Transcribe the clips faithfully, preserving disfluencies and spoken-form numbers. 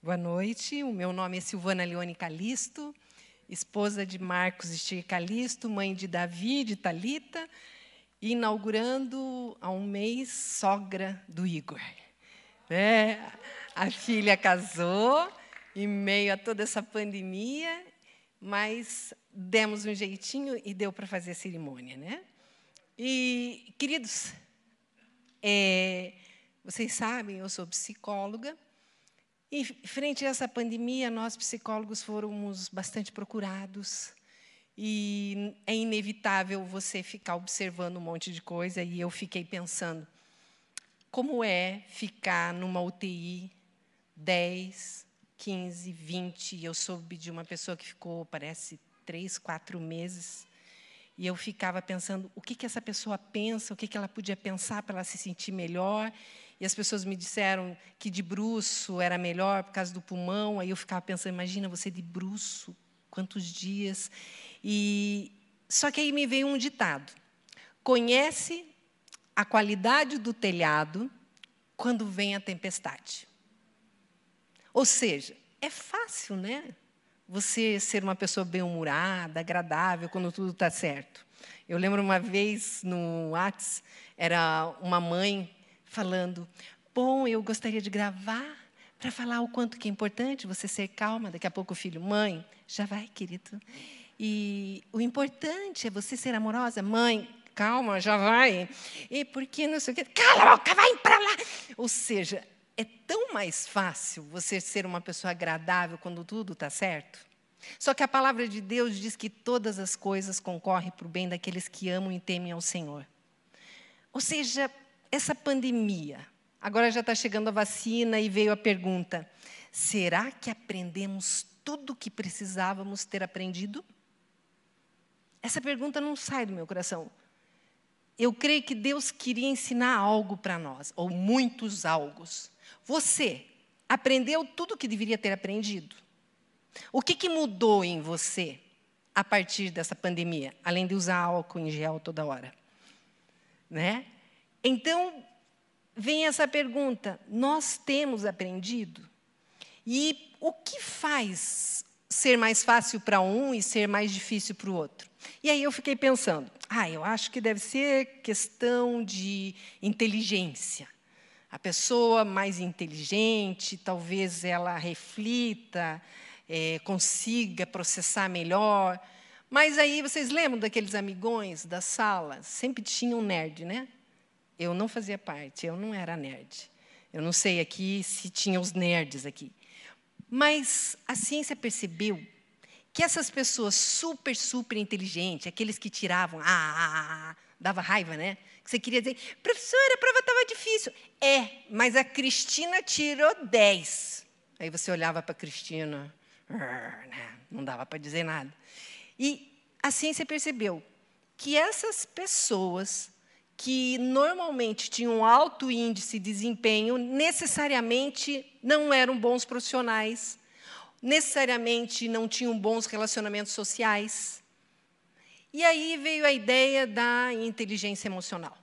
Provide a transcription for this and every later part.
Boa noite, o meu nome é Silvana Leone Calisto, esposa de Marcos Stier Calisto, mãe de Davi, de Thalita, e inaugurando há um mês, sogra do Igor. É, a filha casou em meio a toda essa pandemia, mas demos um jeitinho e deu para fazer a cerimônia, né? E, queridos, é, vocês sabem, eu sou psicóloga, e, frente a essa pandemia, nós, psicólogos, fomos bastante procurados. E é inevitável você ficar observando um monte de coisa. E eu fiquei pensando, como é ficar numa U T I dez, quinze, vinte... E eu soube de uma pessoa que ficou, parece, três, quatro meses. E eu ficava pensando, o que, que essa pessoa pensa, o que, que ela podia pensar para ela se sentir melhor. E as pessoas me disseram que de bruço era melhor por causa do pulmão. Aí eu ficava pensando, imagina você de bruço, quantos dias. E só que aí me veio um ditado. Conhece a qualidade do telhado quando vem a tempestade. Ou seja, é fácil, né? Você ser uma pessoa bem-humorada, agradável, quando tudo está certo. Eu lembro uma vez no WhatsApp, era uma mãe falando, bom, eu gostaria de gravar para falar o quanto que é importante você ser calma. Daqui a pouco o filho, mãe, já vai, querido. E o importante é você ser amorosa. Mãe, calma, já vai. E por que não sei o quê? Cala a boca, vai para lá. Ou seja, é tão mais fácil você ser uma pessoa agradável quando tudo está certo. Só que a palavra de Deus diz que todas as coisas concorrem para o bem daqueles que amam e temem ao Senhor. Ou seja, essa pandemia, agora já está chegando a vacina e veio a pergunta, será que aprendemos tudo o que precisávamos ter aprendido? Essa pergunta não sai do meu coração. Eu creio que Deus queria ensinar algo para nós, ou muitos algos. Você aprendeu tudo o que deveria ter aprendido? O que, que mudou em você a partir dessa pandemia, além de usar álcool em gel toda hora? Né? Então, vem essa pergunta, nós temos aprendido? E o que faz ser mais fácil para um e ser mais difícil para o outro? E aí eu fiquei pensando, ah, eu acho que deve ser questão de inteligência. A pessoa mais inteligente, talvez ela reflita, é, consiga processar melhor. Mas aí, vocês lembram daqueles amigões da sala? Sempre tinha um nerd, né? Eu não fazia parte, eu não era nerd. Eu não sei aqui se tinha os nerds aqui. Mas a ciência percebeu que essas pessoas super, super inteligentes, aqueles que tiravam, ah, ah, ah, dava raiva, né? Que você queria dizer, professora, a prova estava difícil. É, mas a Cristina tirou dez. Aí você olhava para a Cristina, não dava para dizer nada. E a ciência percebeu que essas pessoas que normalmente tinham alto índice de desempenho, necessariamente não eram bons profissionais, necessariamente não tinham bons relacionamentos sociais. E aí veio a ideia da inteligência emocional.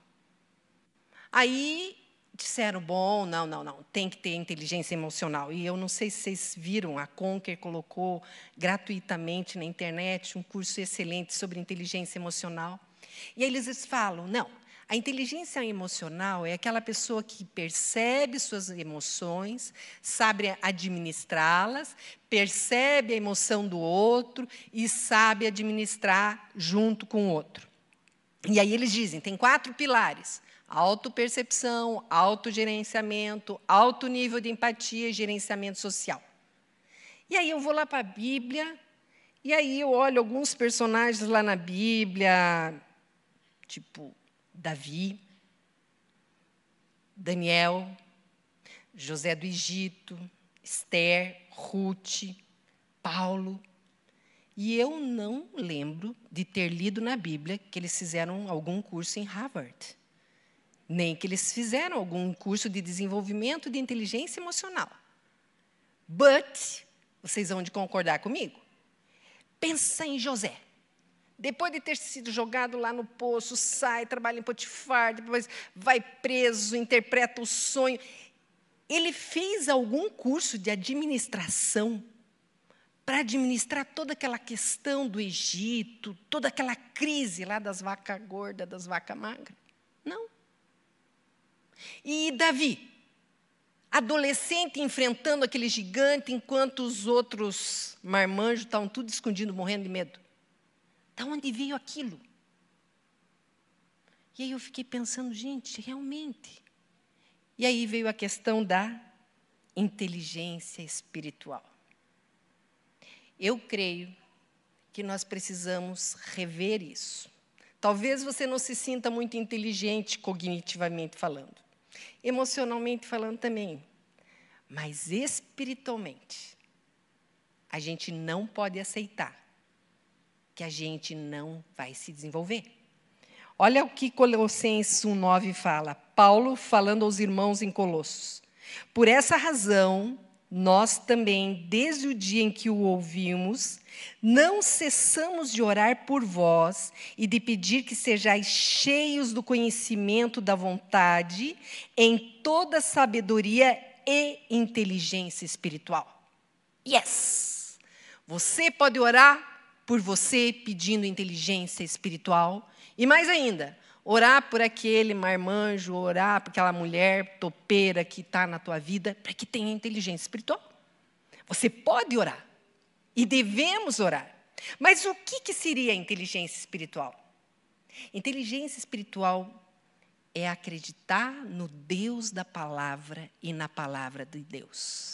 Aí disseram, bom, não, não, não, tem que ter inteligência emocional. E eu não sei se vocês viram, a Conquer colocou gratuitamente na internet um curso excelente sobre inteligência emocional. E aí eles falam, não, a inteligência emocional é aquela pessoa que percebe suas emoções, sabe administrá-las, percebe a emoção do outro e sabe administrar junto com o outro. E aí eles dizem, tem quatro pilares: autopercepção, autogerenciamento, alto nível de empatia e gerenciamento social. E aí eu vou lá para a Bíblia, e aí eu olho alguns personagens lá na Bíblia, tipo Davi, Daniel, José do Egito, Esther, Ruth, Paulo. E eu não lembro de ter lido na Bíblia que eles fizeram algum curso em Harvard, nem que eles fizeram algum curso de desenvolvimento de inteligência emocional. But, vocês vão de concordar comigo? Pensa em José. Depois de ter sido jogado lá no poço, sai, trabalha em Potifar, depois vai preso, interpreta o sonho. ele fez algum curso de administração para administrar toda aquela questão do Egito, toda aquela crise lá das vacas gordas, das vacas magras? Não. E Davi, adolescente, enfrentando aquele gigante, enquanto os outros marmanjos estavam tudo escondidos, morrendo de medo. De onde veio aquilo? E aí eu fiquei pensando, gente, realmente. E aí veio a questão da inteligência espiritual. Eu creio que nós precisamos rever isso. Talvez você não se sinta muito inteligente cognitivamente falando, emocionalmente falando também, mas espiritualmente, a gente não pode aceitar que a gente não vai se desenvolver. Olha o que Colossenses um, nove fala. Paulo falando aos irmãos em Colossos. Por essa razão, nós também, desde o dia em que o ouvimos, não cessamos de orar por vós e de pedir que sejais cheios do conhecimento da vontade, em toda sabedoria e inteligência espiritual. Yes! Você pode orar por você pedindo inteligência espiritual. E mais ainda, orar por aquele marmanjo, orar por aquela mulher topeira que está na tua vida, para que tenha inteligência espiritual. Você pode orar. E devemos orar. Mas o que, que seria a inteligência espiritual? Inteligência espiritual é acreditar no Deus da palavra e na palavra de Deus.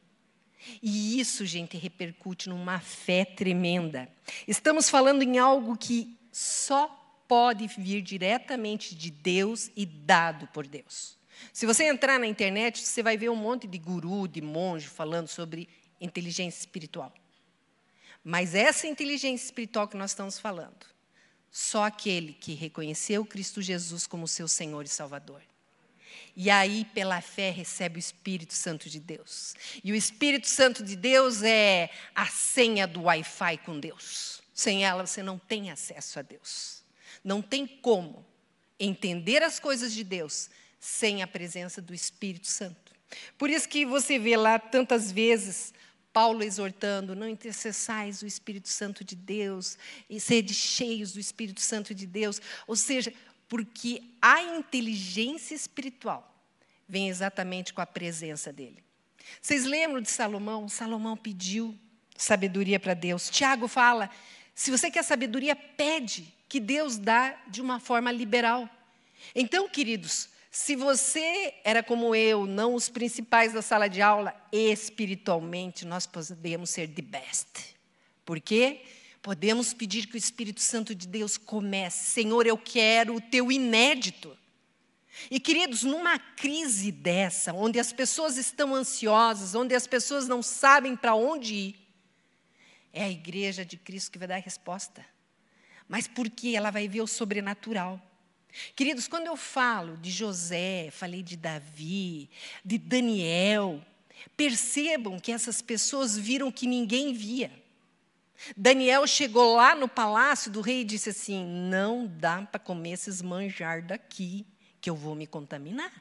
E isso, gente, repercute numa fé tremenda. Estamos falando em algo que só pode vir diretamente de Deus e dado por Deus. Se você entrar na internet, você vai ver um monte de guru, de monge falando sobre inteligência espiritual. Mas essa inteligência espiritual que nós estamos falando, só aquele que reconheceu Cristo Jesus como seu Senhor e Salvador. E aí, pela fé, recebe o Espírito Santo de Deus. E o Espírito Santo de Deus é a senha do Wi-Fi com Deus. Sem ela, você não tem acesso a Deus. Não tem como entender as coisas de Deus sem a presença do Espírito Santo. Por isso que você vê lá tantas vezes Paulo exortando, não intercessais o Espírito Santo de Deus, e sede cheios do Espírito Santo de Deus. Ou seja, porque a inteligência espiritual vem exatamente com a presença dele. Vocês lembram de Salomão? Salomão pediu sabedoria para Deus. Tiago fala, se você quer sabedoria, pede, que Deus dá de uma forma liberal. Então, queridos, se você era como eu, não os principais da sala de aula, espiritualmente nós podemos ser the best. Por quê? Podemos pedir que o Espírito Santo de Deus comece. Senhor, eu quero o teu inédito. E, queridos, numa crise dessa, onde as pessoas estão ansiosas, onde as pessoas não sabem para onde ir, é a igreja de Cristo que vai dar a resposta. Mas porque ela vai ver o sobrenatural. Queridos, quando eu falo de José, falei de Davi, de Daniel, percebam que essas pessoas viram que ninguém via. Daniel chegou lá no palácio do rei e disse assim, não dá para comer esses manjar daqui, que eu vou me contaminar.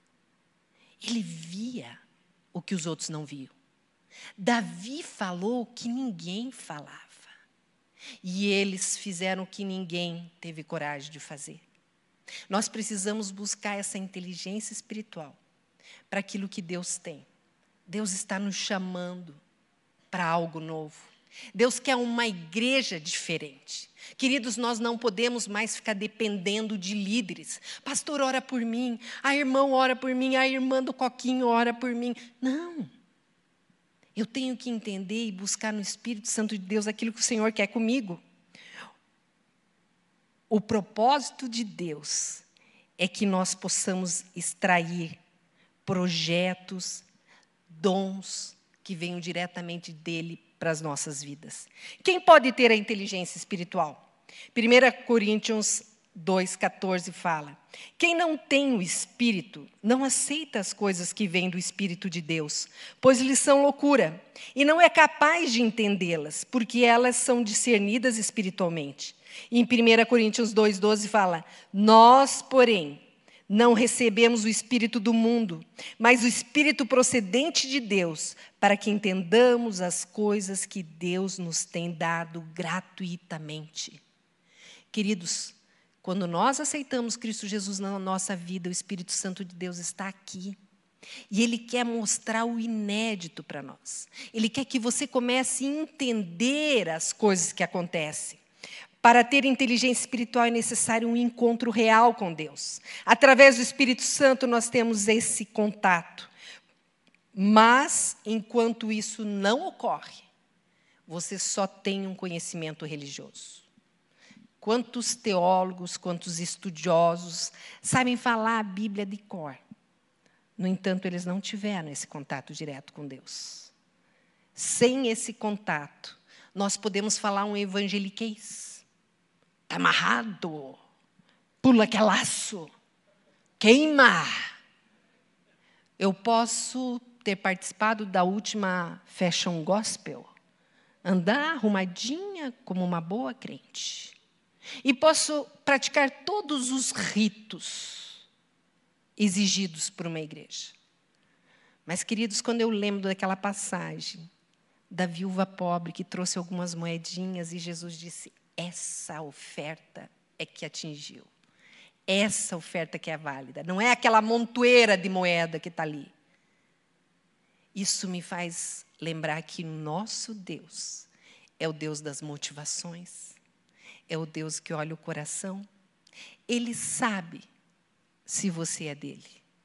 Ele via o que os outros não viam. Davi falou o que ninguém falava. E eles fizeram o que ninguém teve coragem de fazer. Nós precisamos buscar essa inteligência espiritual para aquilo que Deus tem. Deus está nos chamando para algo novo. Deus quer uma igreja diferente. Queridos, nós não podemos mais ficar dependendo de líderes. Pastor, ora por mim. A irmã ora por mim. A irmã do Coquinho ora por mim. Não. Eu tenho que entender e buscar no Espírito Santo de Deus aquilo que o Senhor quer comigo. O propósito de Deus é que nós possamos extrair projetos, dons que venham diretamente dele para as nossas vidas. Quem pode ter a inteligência espiritual? primeira Coríntios dois, quatorze fala, quem não tem o Espírito não aceita as coisas que vêm do Espírito de Deus, pois lhes são loucura, e não é capaz de entendê-las, porque elas são discernidas espiritualmente. E em primeira Coríntios dois, doze fala, nós, porém, Não recebemos o Espírito do mundo, mas o Espírito procedente de Deus, para que entendamos as coisas que Deus nos tem dado gratuitamente. Queridos, quando nós aceitamos Cristo Jesus na nossa vida, o Espírito Santo de Deus está aqui. E Ele quer mostrar o inédito para nós. Ele quer que você comece a entender as coisas que acontecem. Para ter inteligência espiritual é necessário um encontro real com Deus. Através do Espírito Santo nós temos esse contato. Mas, enquanto isso não ocorre, você só tem um conhecimento religioso. Quantos teólogos, quantos estudiosos sabem falar a Bíblia de cor? No entanto, eles não tiveram esse contato direto com Deus. Sem esse contato, nós podemos falar um evangeliquez. Está amarrado, pula que é laço, queima. Eu posso ter participado da última Fashion Gospel, andar arrumadinha como uma boa crente. E posso praticar todos os ritos exigidos por uma igreja. Mas, queridos, quando eu lembro daquela passagem da viúva pobre que trouxe algumas moedinhas e Jesus disse, essa oferta é que atingiu. Essa oferta que é válida. Não é aquela montoeira de moeda que está ali. Isso me faz lembrar que nosso Deus é o Deus das motivações. É o Deus que olha o coração. Ele sabe se você é dele.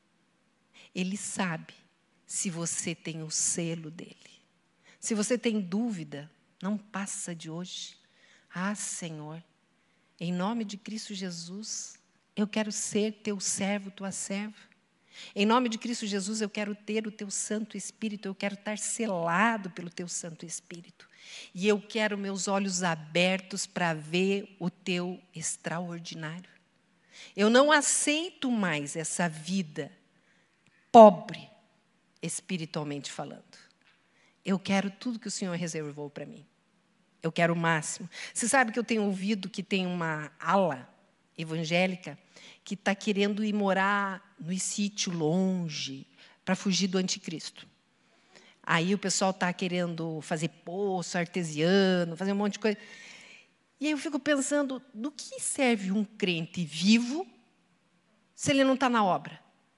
Ele sabe se você tem o selo dele. Se você tem dúvida, não passa de hoje. Ah, Senhor, em nome de Cristo Jesus, eu quero ser teu servo, tua serva. Em nome de Cristo Jesus, eu quero ter o teu Santo Espírito, eu quero estar selado pelo teu Santo Espírito. E eu quero meus olhos abertos para ver o teu extraordinário. Eu não aceito mais essa vida pobre, espiritualmente falando. Eu quero tudo que o Senhor reservou para mim. Eu quero o máximo. Você sabe que eu tenho ouvido que tem uma ala evangélica que está querendo ir morar no sítio longe para fugir do anticristo. Aí o pessoal está querendo fazer poço artesiano, fazer um monte de coisa. E aí eu fico pensando, do que serve um crente vivo se ele não está na obra?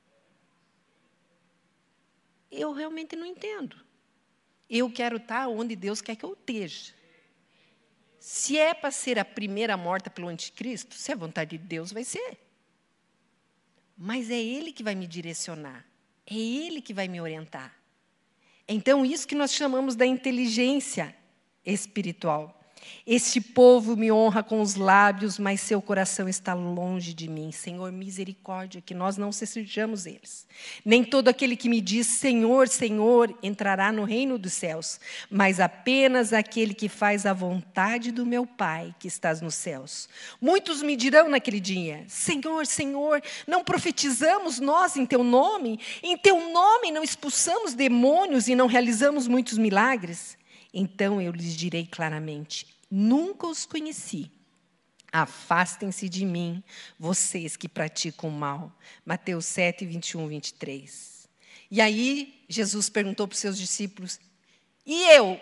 Eu realmente não entendo. Eu quero estar onde Deus quer que eu esteja. Se é para ser a primeira morta pelo anticristo, se é vontade de Deus, vai ser. Mas é Ele que vai me direcionar. É Ele que vai me orientar. Então, isso que nós chamamos da inteligência espiritual. Este povo me honra com os lábios, mas seu coração está longe de mim. Senhor, misericórdia, que nós não sejamos eles. Nem todo aquele que me diz, Senhor, Senhor, entrará no reino dos céus, mas apenas aquele que faz a vontade do meu Pai, que estás nos céus. Muitos me dirão naquele dia, Senhor, Senhor, não profetizamos nós em teu nome? Em teu nome não expulsamos demônios e não realizamos muitos milagres? Então eu lhes direi claramente, nunca os conheci. Afastem-se de mim, vocês que praticam o mal. Mateus sete, vinte e um, vinte e três. E aí, Jesus perguntou para os seus discípulos, e eu?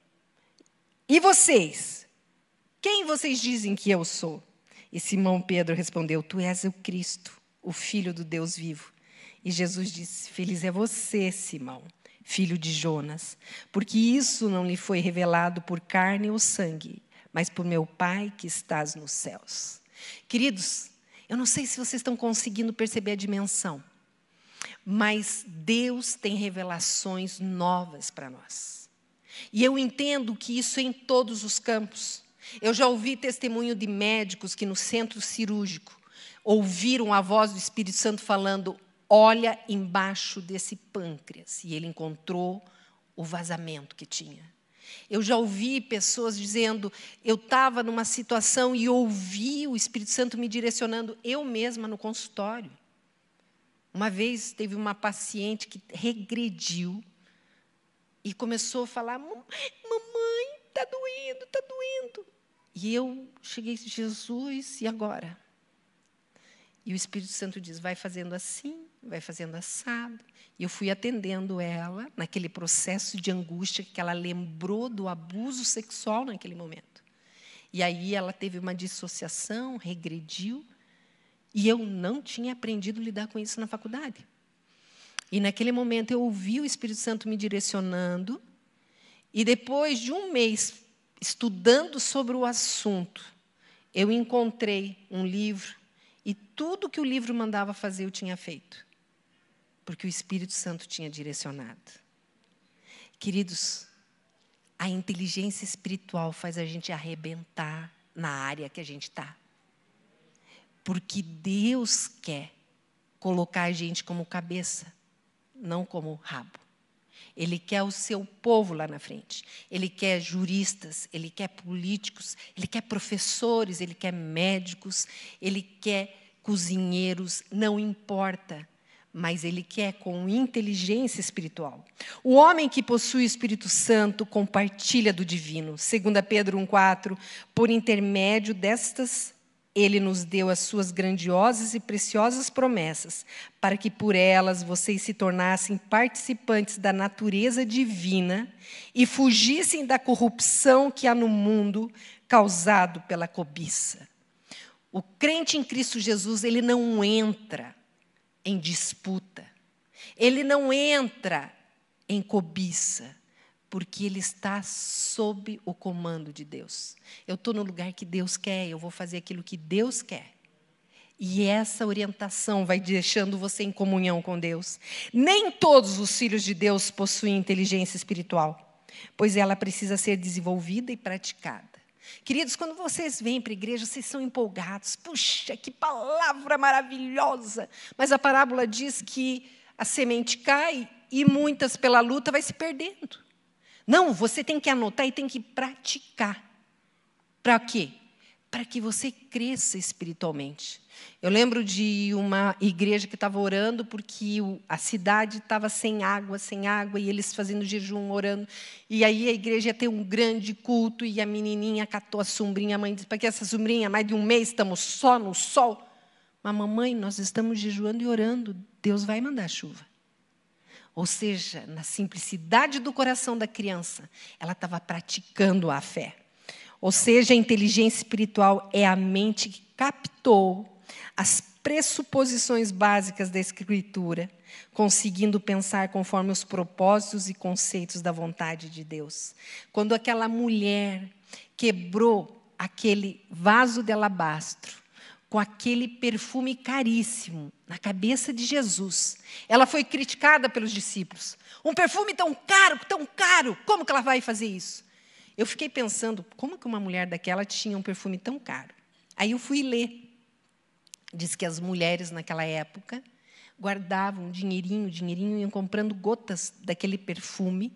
E vocês? Quem vocês dizem que eu sou? E Simão Pedro respondeu, tu és o Cristo, o Filho do Deus vivo. E Jesus disse, feliz é você, Simão, filho de Jonas, porque isso não lhe foi revelado por carne ou sangue, mas por meu Pai que estás nos céus. Queridos, eu não sei se vocês estão conseguindo perceber a dimensão, mas Deus tem revelações novas para nós. E eu entendo que isso é em todos os campos. Eu já ouvi testemunho de médicos que no centro cirúrgico ouviram a voz do Espírito Santo falando, olha embaixo desse pâncreas. E ele encontrou o vazamento que tinha. Eu já ouvi pessoas dizendo, eu estava numa situação e ouvi o Espírito Santo me direcionando, eu mesma no consultório. Uma vez teve uma paciente que regrediu e começou a falar, mamãe, está doendo, está doendo. E eu cheguei, Jesus, e agora? E o Espírito Santo diz, vai fazendo assim, vai fazendo assado. E eu fui atendendo ela naquele processo de angústia que ela lembrou do abuso sexual naquele momento. E aí ela teve uma dissociação, regrediu, e eu não tinha aprendido a lidar com isso na faculdade. E naquele momento eu ouvi o Espírito Santo me direcionando, e depois de um mês estudando sobre o assunto, eu encontrei um livro, e tudo que o livro mandava fazer eu tinha feito, porque o Espírito Santo tinha direcionado. Queridos, a inteligência espiritual faz a gente arrebentar na área que a gente está. Porque Deus quer colocar a gente como cabeça, não como rabo. Ele quer o seu povo lá na frente. Ele quer juristas, ele quer políticos, ele quer professores, ele quer médicos, ele quer cozinheiros, não importa. Mas ele quer com inteligência espiritual. O homem que possui o Espírito Santo compartilha do divino. Segunda Pedro um, quatro, por intermédio destas, ele nos deu as suas grandiosas e preciosas promessas, para que por elas vocês se tornassem participantes da natureza divina e fugissem da corrupção que há no mundo causado pela cobiça. O crente em Cristo Jesus, ele não entra em disputa. Ele não entra em cobiça, porque ele está sob o comando de Deus. Eu estou no lugar que Deus quer, eu vou fazer aquilo que Deus quer. E essa orientação vai deixando você em comunhão com Deus. Nem todos os filhos de Deus possuem inteligência espiritual, pois ela precisa ser desenvolvida e praticada. Queridos, quando vocês vêm para a igreja, vocês são empolgados. Puxa, que palavra maravilhosa! Mas a parábola diz que a semente cai e muitas, pela luta, vai se perdendo. Não, você tem que anotar e tem que praticar. Para quê? Para que você cresça espiritualmente. Eu lembro de uma igreja que estava orando porque a cidade estava sem água, sem água, e eles fazendo jejum, orando. E aí a igreja ia ter um grande culto, e a menininha catou a sombrinha, a mãe disse, para que essa sombrinha, mais de um mês, estamos só no sol. Mas, mamãe, nós estamos jejuando e orando, Deus vai mandar chuva. Ou seja, na simplicidade do coração da criança, ela estava praticando a fé. Ou seja, a inteligência espiritual é a mente que captou as pressuposições básicas da Escritura, conseguindo pensar conforme os propósitos e conceitos da vontade de Deus. Quando aquela mulher quebrou aquele vaso de alabastro, com aquele perfume caríssimo na cabeça de Jesus, ela foi criticada pelos discípulos. Um perfume tão caro, tão caro, como que ela vai fazer isso? Eu fiquei pensando, como que uma mulher daquela tinha um perfume tão caro? Aí eu fui ler. Diz que as mulheres, naquela época, guardavam dinheirinho, dinheirinho, iam comprando gotas daquele perfume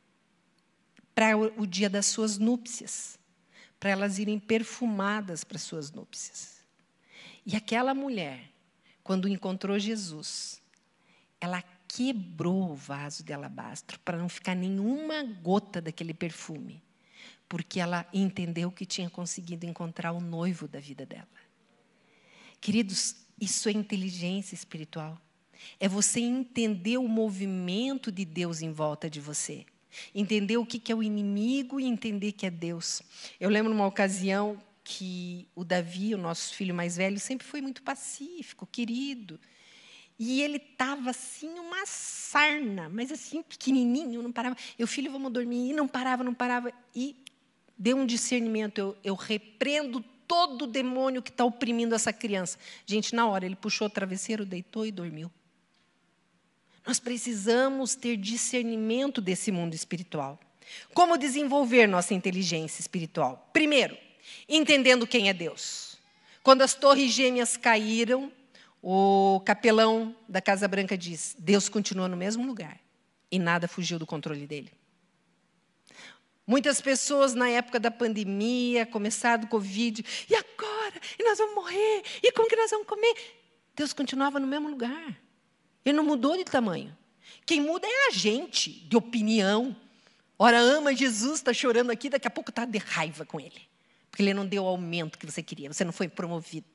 para o dia das suas núpcias, para elas irem perfumadas para as suas núpcias. E aquela mulher, quando encontrou Jesus, ela quebrou o vaso de alabastro para não ficar nenhuma gota daquele perfume, porque ela entendeu que tinha conseguido encontrar o noivo da vida dela. Queridos, isso é inteligência espiritual. É você entender o movimento de Deus em volta de você. Entender o que é o inimigo e entender que é Deus. Eu lembro uma ocasião que o Davi, o nosso filho mais velho, sempre foi muito pacífico, querido. E ele estava assim, uma sarna, mas assim, pequenininho, não parava. Eu, filho, vamos dormir. E não parava, não parava. E deu um discernimento. Eu, eu repreendo todo o demônio que está oprimindo essa criança. Gente, na hora, ele puxou o travesseiro, deitou e dormiu. Nós precisamos ter discernimento desse mundo espiritual. Como desenvolver nossa inteligência espiritual? Primeiro, entendendo quem é Deus. Quando as torres gêmeas caíram, o capelão da Casa Branca diz, Deus continua no mesmo lugar e nada fugiu do controle dele. Muitas pessoas, na época da pandemia, começado o Covid, e agora? E nós vamos morrer? E como que nós vamos comer? Deus continuava no mesmo lugar. Ele não mudou de tamanho. Quem muda é a gente, de opinião. Ora, ama Jesus, está chorando aqui, daqui a pouco está de raiva com ele. Porque ele não deu o aumento que você queria, você não foi promovido.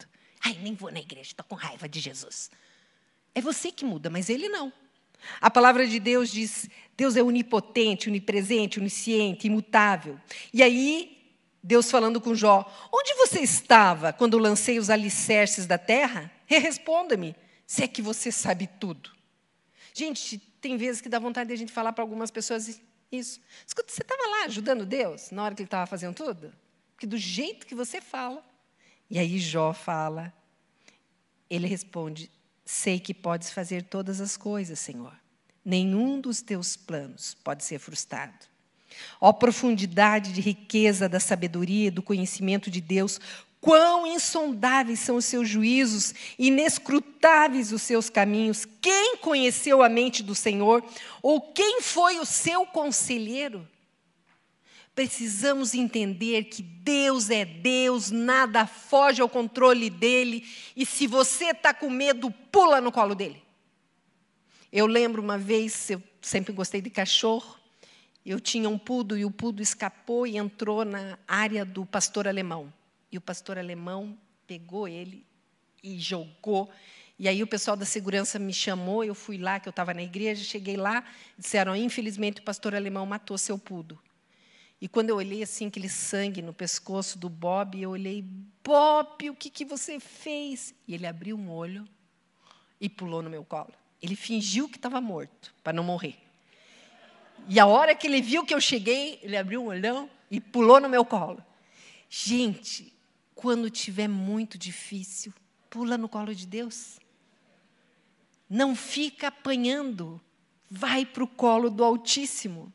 Ai, nem vou na igreja, estou com raiva de Jesus. É você que muda, mas ele não. A palavra de Deus diz, Deus é onipotente, onipresente, onisciente, imutável. E aí, Deus falando com Jó, onde você estava quando lancei os alicerces da terra? Responda-me, se é que você sabe tudo. Gente, tem vezes que dá vontade de a gente falar para algumas pessoas isso. Escuta, você estava lá ajudando Deus na hora que ele estava fazendo tudo? Porque do jeito que você fala. E aí Jó fala, ele responde, sei que podes fazer todas as coisas, Senhor. Nenhum dos teus planos pode ser frustrado. Ó profundidade de riqueza da sabedoria e do conhecimento de Deus, quão insondáveis são os seus juízos, inescrutáveis os seus caminhos. Quem conheceu a mente do Senhor? Ou quem foi o seu conselheiro? Precisamos entender que Deus é Deus, nada foge ao controle dele, e se você está com medo, pula no colo dele. Eu lembro uma vez, eu sempre gostei de cachorro, eu tinha um poodle e o poodle escapou e entrou na área do pastor alemão. E o pastor alemão pegou ele e jogou. E aí o pessoal da segurança me chamou, eu fui lá, que eu estava na igreja, cheguei lá, disseram, infelizmente o pastor alemão matou seu poodle. E quando eu olhei assim, aquele sangue no pescoço do Bob, eu olhei, Bob, o que, que você fez? E ele abriu um olho e pulou no meu colo. Ele fingiu que estava morto, para não morrer. E a hora que ele viu que eu cheguei, ele abriu um olhão e pulou no meu colo. Gente, quando tiver muito difícil, pula no colo de Deus. Não fica apanhando, vai para o colo do Altíssimo.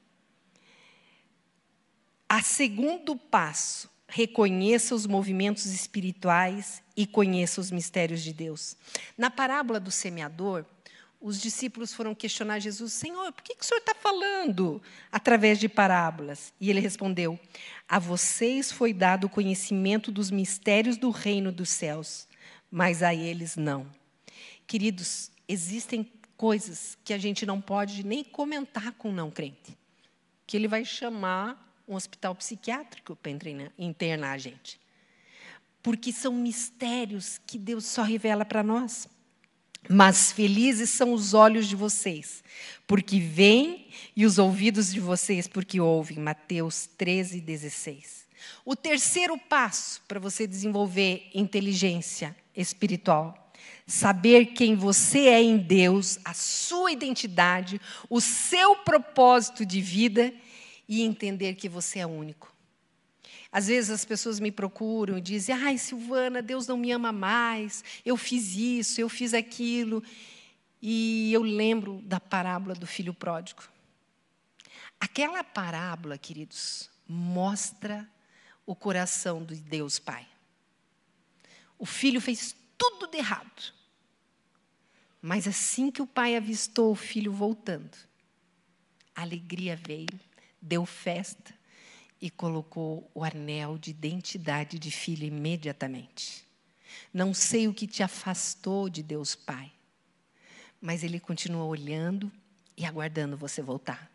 A segundo passo, reconheça os movimentos espirituais e conheça os mistérios de Deus. Na parábola do semeador, os discípulos foram questionar Jesus, Senhor, por que, que o Senhor está falando através de parábolas? E ele respondeu, a vocês foi dado o conhecimento dos mistérios do reino dos céus, mas a eles não. Queridos, existem coisas que a gente não pode nem comentar com um não crente, que ele vai chamar um hospital psiquiátrico para internar a gente. Porque são mistérios que Deus só revela para nós. Mas felizes são os olhos de vocês, porque veem, e os ouvidos de vocês, porque ouvem. Mateus treze, dezesseis. O terceiro passo para você desenvolver inteligência espiritual, saber quem você é em Deus, a sua identidade, o seu propósito de vida e entender que você é único. Às vezes as pessoas me procuram e dizem, ai, Silvana, Deus não me ama mais, eu fiz isso, eu fiz aquilo. E eu lembro da parábola do filho pródigo. Aquela parábola, queridos, mostra o coração de Deus Pai. O filho fez tudo de errado. Mas assim que o pai avistou o filho voltando, a alegria veio, deu festa, e colocou o anel de identidade de filho imediatamente. Não sei o que te afastou de Deus Pai, mas Ele continua olhando e aguardando você voltar.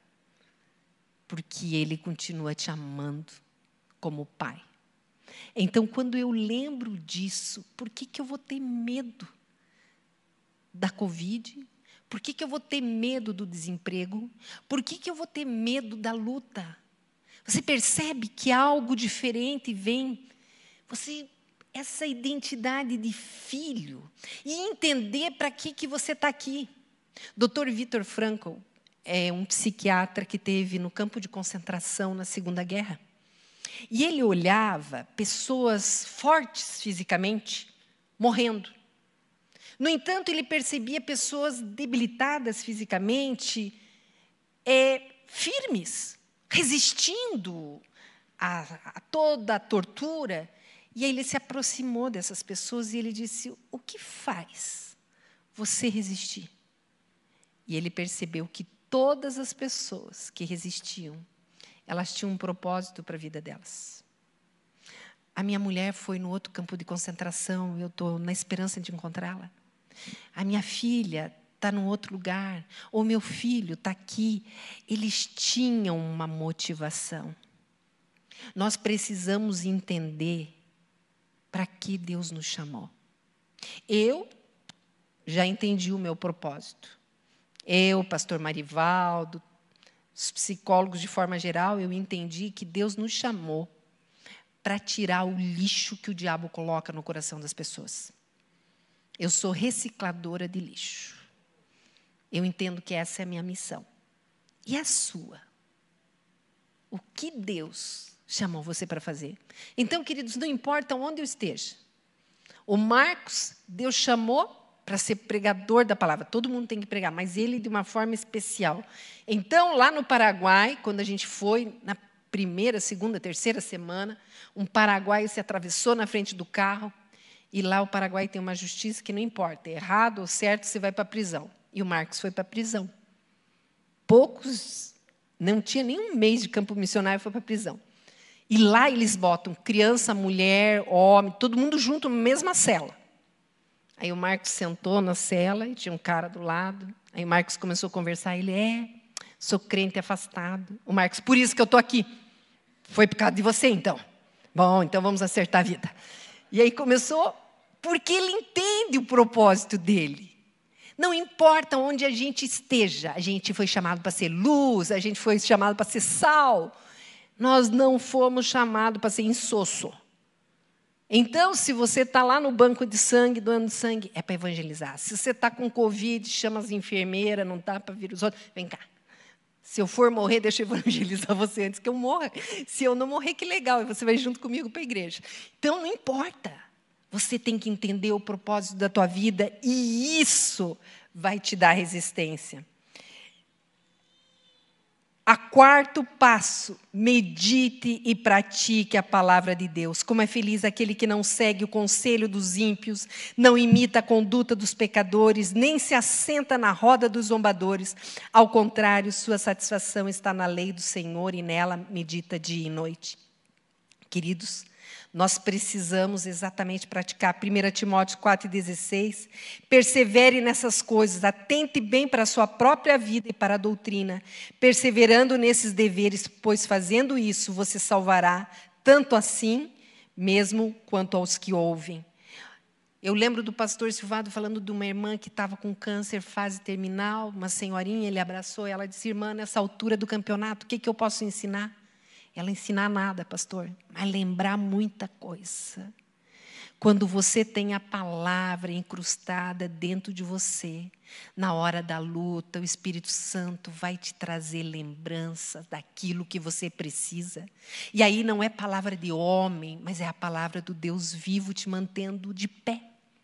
Porque Ele continua te amando como Pai. Então, quando eu lembro disso, por que, que eu vou ter medo da Covid? Por que, que eu vou ter medo do desemprego? Por que, que eu vou ter medo da luta? Você percebe que algo diferente vem. Você, essa identidade de filho. E entender para que, que você está aqui. doutor Viktor Frankl é um psiquiatra que teve no campo de concentração na Segunda Guerra. E ele olhava pessoas fortes fisicamente morrendo. No entanto, ele percebia pessoas debilitadas fisicamente, é, firmes, resistindo a, a toda a tortura. E aí ele se aproximou dessas pessoas e ele disse, o que faz você resistir? E ele percebeu que todas as pessoas que resistiam, elas tinham um propósito para a vida delas. A minha mulher foi no outro campo de concentração, eu estou na esperança de encontrá-la. A minha filha está num outro lugar, ou meu filho está aqui. Eles tinham uma motivação. Nós precisamos entender para que Deus nos chamou. Eu já entendi o meu propósito. Eu, pastor Marivaldo, os psicólogos de forma geral, eu entendi que Deus nos chamou para tirar o lixo que o diabo coloca no coração das pessoas. Eu sou recicladora de lixo. Eu entendo que essa é a minha missão. E a sua? O que Deus chamou você para fazer? Então, queridos, não importa onde eu esteja. O Marcos, Deus chamou para ser pregador da palavra. Todo mundo tem que pregar, mas ele de uma forma especial. Então, lá no Paraguai, quando a gente foi, na primeira, segunda, terceira semana, um paraguaio se atravessou na frente do carro, e lá o Paraguai tem uma justiça que não importa, é errado ou certo, você vai para a prisão. E o Marcos foi para a prisão. Poucos, não tinha nem um mês de campo missionário, foi para a prisão. E lá eles botam criança, mulher, homem, todo mundo junto na mesma cela. Aí o Marcos sentou na cela e tinha um cara do lado. Aí o Marcos começou a conversar. Ele, é, sou crente afastado. O Marcos, por isso que eu estou aqui. Foi por causa de você, então. Bom, então vamos acertar a vida. E aí começou, porque ele entende o propósito dele. Não importa onde a gente esteja. A gente foi chamado para ser luz, a gente foi chamado para ser sal. Nós não fomos chamados para ser insosso. Então, se você está lá no banco de sangue, doando sangue, é para evangelizar. Se você está com Covid, chama as enfermeiras, não dá para vir os outros. Vem cá. Se eu for morrer, deixa eu evangelizar você antes que eu morra. Se eu não morrer, que legal, e você vai junto comigo para a igreja. Então, não importa. Você tem que entender o propósito da tua vida e isso vai te dar resistência. A quarto passo, medite e pratique a palavra de Deus. Como é feliz aquele que não segue o conselho dos ímpios, não imita a conduta dos pecadores, nem se assenta na roda dos zombadores. Ao contrário, sua satisfação está na lei do Senhor e nela medita dia e noite. Queridos, nós precisamos exatamente praticar. primeira Timóteo quatro, dezesseis. Persevere nessas coisas, atente bem para a sua própria vida e para a doutrina, perseverando nesses deveres, pois fazendo isso você salvará, tanto assim mesmo quanto aos que ouvem. Eu lembro do pastor Silvado falando de uma irmã que estava com câncer, fase terminal, uma senhorinha, ele abraçou ela e disse, irmã, nessa altura do campeonato, o que, que eu posso ensinar? Ela ensinar nada, pastor, mas lembrar muita coisa. Quando você tem a palavra incrustada dentro de você, na hora da luta, o Espírito Santo vai te trazer lembranças daquilo que você precisa. E aí não é palavra de homem, mas é a palavra do Deus vivo te mantendo de pé.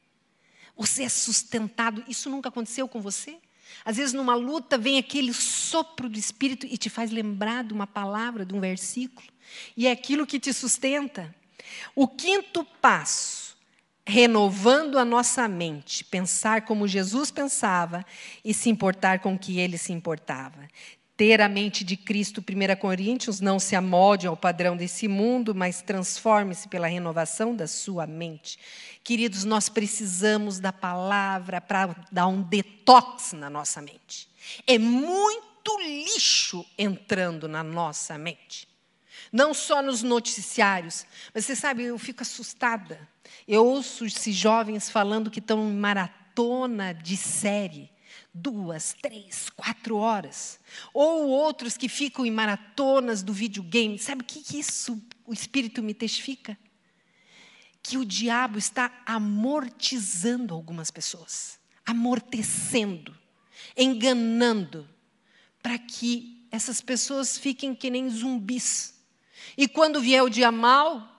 Você é sustentado. Isso nunca aconteceu com você? Às vezes, numa luta, vem aquele sopro do Espírito e te faz lembrar de uma palavra, de um versículo. E é aquilo que te sustenta. O quinto passo, renovando a nossa mente, pensar como Jesus pensava e se importar com o que ele se importava. Ter a mente de Cristo, primeira Coríntios, não se amolde ao padrão desse mundo, mas transforme-se pela renovação da sua mente. Queridos, nós precisamos da palavra para dar um detox na nossa mente. É muito lixo entrando na nossa mente. Não só nos noticiários, mas você sabe, eu fico assustada. Eu ouço esses jovens falando que estão em maratona de série. Duas, três, quatro horas. Ou outros que ficam em maratonas do videogame. Sabe o que, que isso, o Espírito me testifica? Que o diabo está amortizando algumas pessoas. Amortecendo. Enganando. Para que essas pessoas fiquem que nem zumbis. E quando vier o dia mau,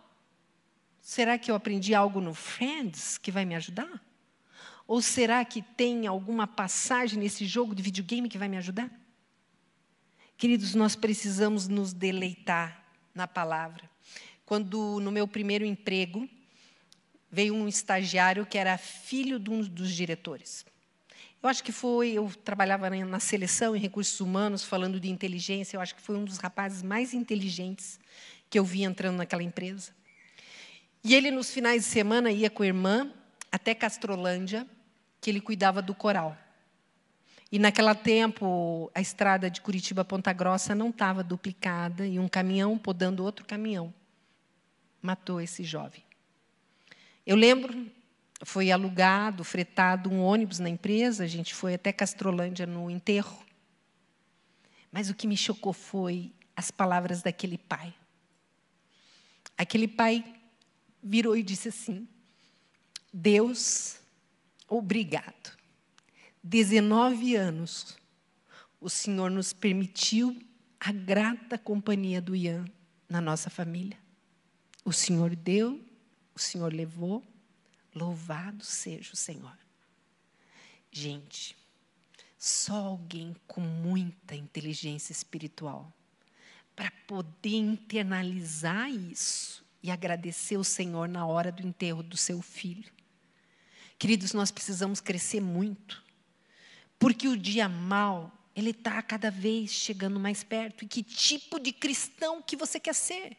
será que eu aprendi algo no Friends que vai me ajudar? Ou será que tem alguma passagem nesse jogo de videogame que vai me ajudar? Queridos, nós precisamos nos deleitar na palavra. Quando, no meu primeiro emprego, veio um estagiário que era filho de um dos diretores. Eu acho que foi, eu trabalhava na seleção em recursos humanos, falando de inteligência, eu acho que foi um dos rapazes mais inteligentes que eu vi entrando naquela empresa. E ele, nos finais de semana, ia com a irmã até Castrolândia, que ele cuidava do coral. E, naquele tempo, a estrada de Curitiba a Ponta Grossa não estava duplicada, e um caminhão podando outro caminhão matou esse jovem. Eu lembro foi alugado, fretado um ônibus na empresa, a gente foi até Castrolândia no enterro. Mas o que me chocou foi as palavras daquele pai. Aquele pai virou e disse assim: Deus, obrigado. dezenove anos, o Senhor nos permitiu a grata companhia do Ian na nossa família. O Senhor deu, o Senhor levou, louvado seja o Senhor. Gente, só alguém com muita inteligência espiritual para poder internalizar isso e agradecer o Senhor na hora do enterro do seu filho. Queridos, nós precisamos crescer muito, porque o dia mau, ele está cada vez chegando mais perto. E que tipo de cristão que você quer ser?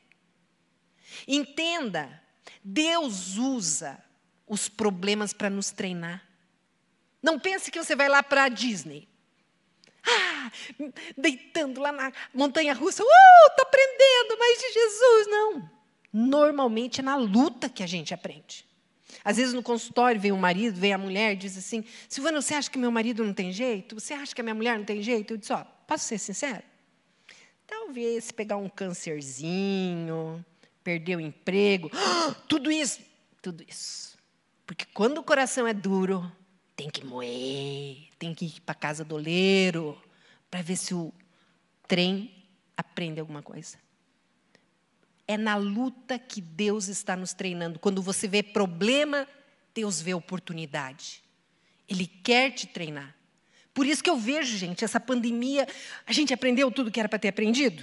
Entenda, Deus usa os problemas para nos treinar. Não pense que você vai lá para a Disney. Ah, deitando lá na montanha-russa. Uh, estou aprendendo mais de Jesus. Não. Normalmente é na luta que a gente aprende. Às vezes no consultório vem o marido, vem a mulher e diz assim: Silvana, você acha que meu marido não tem jeito? Você acha que a minha mulher não tem jeito? Eu disse: ó, posso ser sincero? Talvez pegar um câncerzinho, perder o emprego, tudo isso, tudo isso. Porque quando o coração é duro, tem que moer, tem que ir para a casa do oleiro, para ver se o trem aprende alguma coisa. É na luta que Deus está nos treinando. Quando você vê problema, Deus vê oportunidade. Ele quer te treinar. Por isso que eu vejo, gente, essa pandemia, a gente aprendeu tudo que era para ter aprendido?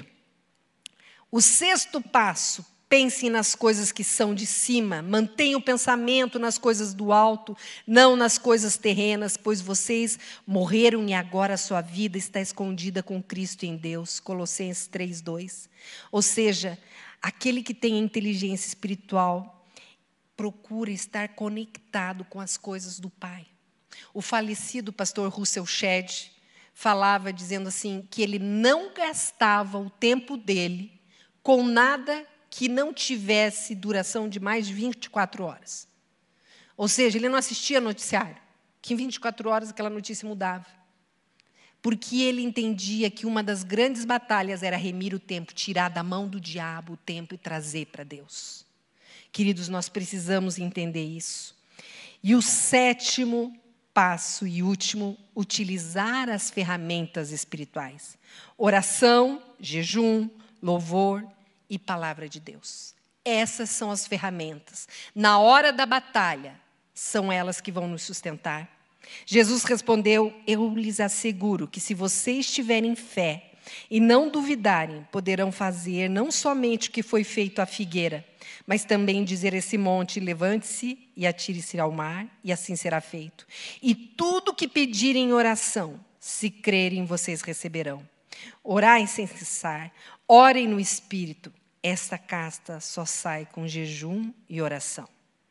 O sexto passo, pense nas coisas que são de cima, mantenha o pensamento nas coisas do alto, não nas coisas terrenas, pois vocês morreram e agora a sua vida está escondida com Cristo em Deus. Colossenses três, dois. Ou seja, aquele que tem inteligência espiritual procura estar conectado com as coisas do Pai. O falecido pastor Russell Shedd falava dizendo assim, que ele não gastava o tempo dele com nada que não tivesse duração de mais de vinte e quatro horas. Ou seja, ele não assistia noticiário, que em vinte e quatro horas aquela notícia mudava. Porque ele entendia que uma das grandes batalhas era remir o tempo, tirar da mão do diabo o tempo e trazer para Deus. Queridos, nós precisamos entender isso. E o sétimo passo e último, utilizar as ferramentas espirituais. Oração, jejum, louvor e palavra de Deus. Essas são as ferramentas. Na hora da batalha, são elas que vão nos sustentar. Jesus respondeu: eu lhes asseguro que se vocês tiverem fé e não duvidarem, poderão fazer não somente o que foi feito à figueira, mas também dizer a esse monte: levante-se e atire-se ao mar, e assim será feito. E tudo que pedirem em oração, se crerem, vocês receberão. Orai sem cessar, orem no Espírito. Esta casta só sai com jejum e oração.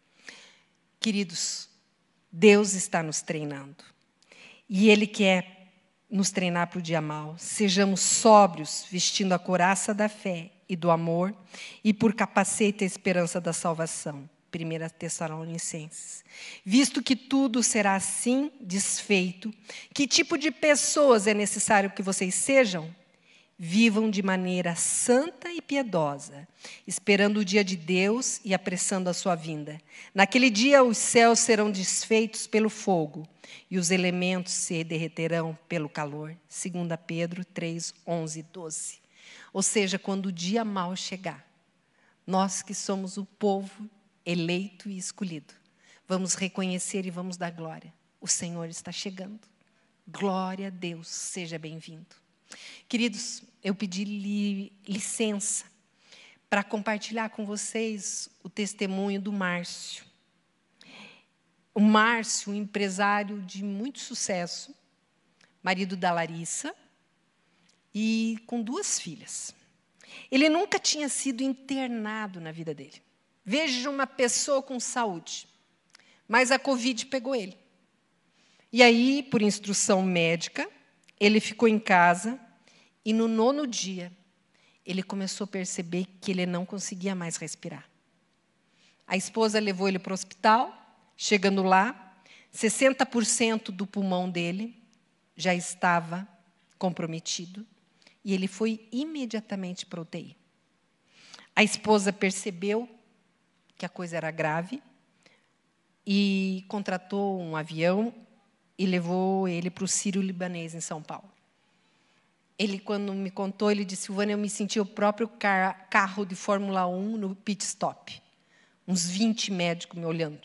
Queridos, Deus está nos treinando. E Ele quer nos treinar para o dia mau. Sejamos sóbrios, vestindo a couraça da fé e do amor, e por capacete a esperança da salvação. primeira Tessalonicenses. Visto que tudo será assim desfeito, que tipo de pessoas é necessário que vocês sejam? Vivam de maneira santa e piedosa, esperando o dia de Deus e apressando a sua vinda. Naquele dia os céus serão desfeitos pelo fogo e os elementos se derreterão pelo calor. segunda Pedro três, onze e doze. Ou seja, quando o dia mau chegar, nós que somos o povo eleito e escolhido, vamos reconhecer e vamos dar glória. O Senhor está chegando. Glória a Deus, seja bem-vindo. Queridos, eu pedi li, licença para compartilhar com vocês o testemunho do Márcio. O Márcio, um empresário de muito sucesso, marido da Larissa, e com duas filhas. Ele nunca tinha sido internado na vida dele. Veja uma pessoa com saúde, mas a Covid pegou ele. E aí, por instrução médica, ele ficou em casa e no nono dia, ele começou a perceber que ele não conseguia mais respirar. A esposa levou ele para o hospital, Chegando lá, sessenta por cento do pulmão dele já estava comprometido e ele foi imediatamente para a U T I. A esposa percebeu que a coisa era grave e contratou um avião e levou ele para o Sírio-Libanês, em São Paulo. Ele, quando me contou, ele disse: Silvana, eu me senti o próprio car carro de Fórmula um no pit stop. Uns vinte médicos me olhando.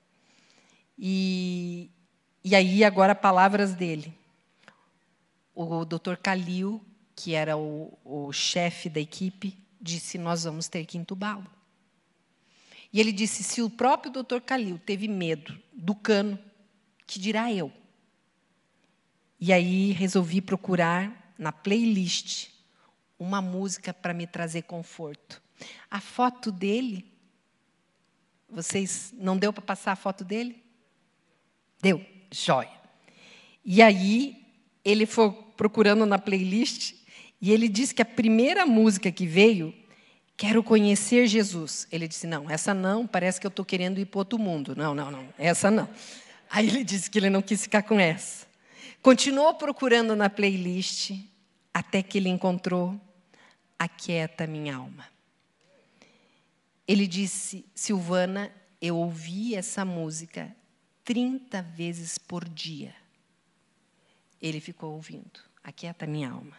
E, e aí, agora, palavras dele. O doutor Calil, que era o, o chefe da equipe, disse: nós vamos ter que entubá-lo. E ele disse: se o próprio doutor Calil teve medo do cano, que dirá eu? E aí resolvi procurar na playlist uma música para me trazer conforto. A foto dele, vocês, não deu para passar a foto dele? Deu, jóia. E aí ele foi procurando na playlist e ele disse que a primeira música que veio, quero conhecer Jesus. Ele disse: não, essa não, parece que eu estou querendo ir para outro mundo. Não, não, não, essa não. Aí ele disse que ele não quis ficar com essa. Continuou procurando na playlist, até que ele encontrou Aquieta Minha Alma. Ele disse: Silvana, eu ouvi essa música trinta vezes por dia. Ele ficou ouvindo, Aquieta Minha Alma.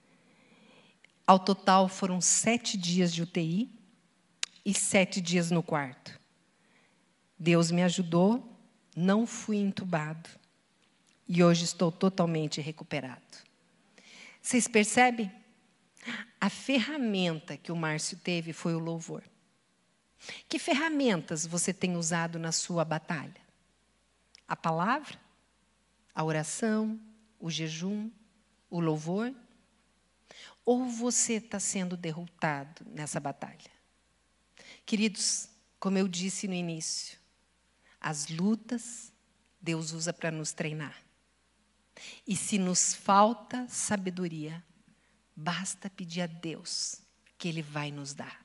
Ao total, foram sete dias de U T I e sete dias no quarto. Deus me ajudou, não fui entubado. E hoje estou totalmente recuperado. Vocês percebem? A ferramenta que o Márcio teve foi o louvor. Que ferramentas você tem usado na sua batalha? A palavra? A oração? O jejum? O louvor? Ou você está sendo derrotado nessa batalha? Queridos, como eu disse no início, as lutas Deus usa para nos treinar. E se nos falta sabedoria, basta pedir a Deus que Ele vai nos dar.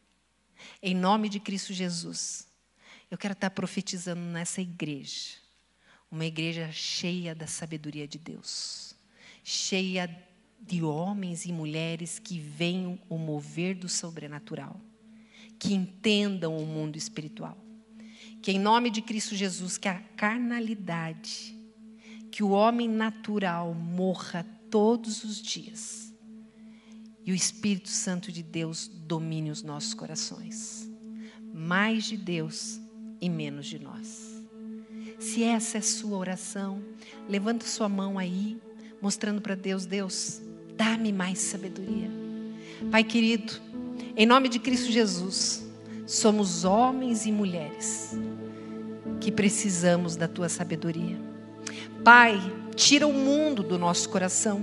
Em nome de Cristo Jesus, eu quero estar profetizando nessa igreja, uma igreja cheia da sabedoria de Deus, cheia de homens e mulheres que venham o mover do sobrenatural, que entendam o mundo espiritual. Que em nome de Cristo Jesus, que a carnalidade, que o homem natural morra todos os dias e o Espírito Santo de Deus domine os nossos corações. Mais de Deus e menos de nós. Se essa é a sua oração, levanta sua mão aí, mostrando para Deus: Deus, dá-me mais sabedoria. Pai querido, em nome de Cristo Jesus, somos homens e mulheres que precisamos da Tua sabedoria. Pai, tira o mundo do nosso coração.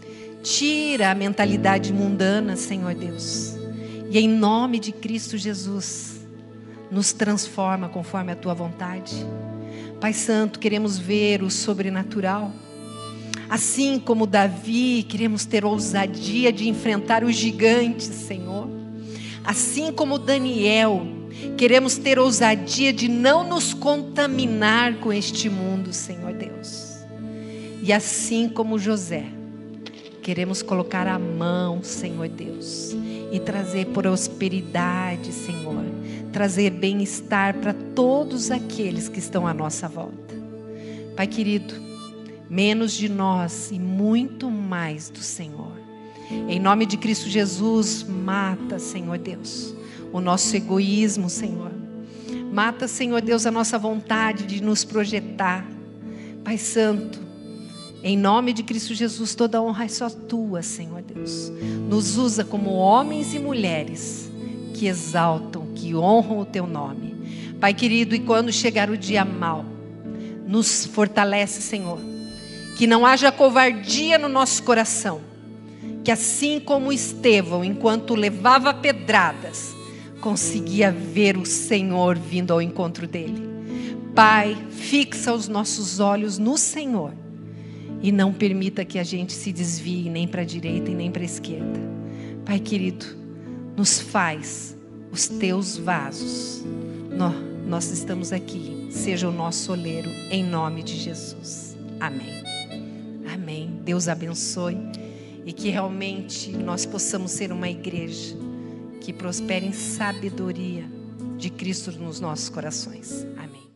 Tira a mentalidade mundana, Senhor Deus. E em nome de Cristo Jesus, nos transforma conforme a Tua vontade. Pai Santo, queremos ver o sobrenatural. Assim como Davi, queremos ter ousadia de enfrentar os gigantes, Senhor. Assim como Daniel, queremos ter ousadia de não nos contaminar com este mundo, Senhor Deus. E assim como José, queremos colocar a mão, Senhor Deus, e trazer prosperidade, Senhor. Trazer bem-estar para todos aqueles que estão à nossa volta. Pai querido, menos de nós e muito mais do Senhor. Em nome de Cristo Jesus, mata, Senhor Deus, o nosso egoísmo, Senhor. Mata, Senhor Deus, a nossa vontade de nos projetar. Pai Santo, em nome de Cristo Jesus, toda honra é só Tua, Senhor Deus. Nos usa como homens e mulheres que exaltam, que honram o Teu nome. Pai querido, e quando chegar o dia mau, nos fortalece, Senhor. Que não haja covardia no nosso coração. Que assim como Estevão, enquanto levava pedradas, conseguia ver o Senhor vindo ao encontro dele. Pai, fixa os nossos olhos no Senhor. E não permita que a gente se desvie nem para a direita e nem para a esquerda. Pai querido, nos faz os Teus vasos. nós estamos aqui. Seja o nosso oleiro, em nome de Jesus. Amém. Amém. Deus abençoe e que realmente nós possamos ser uma igreja que prospere em sabedoria de Cristo nos nossos corações. Amém.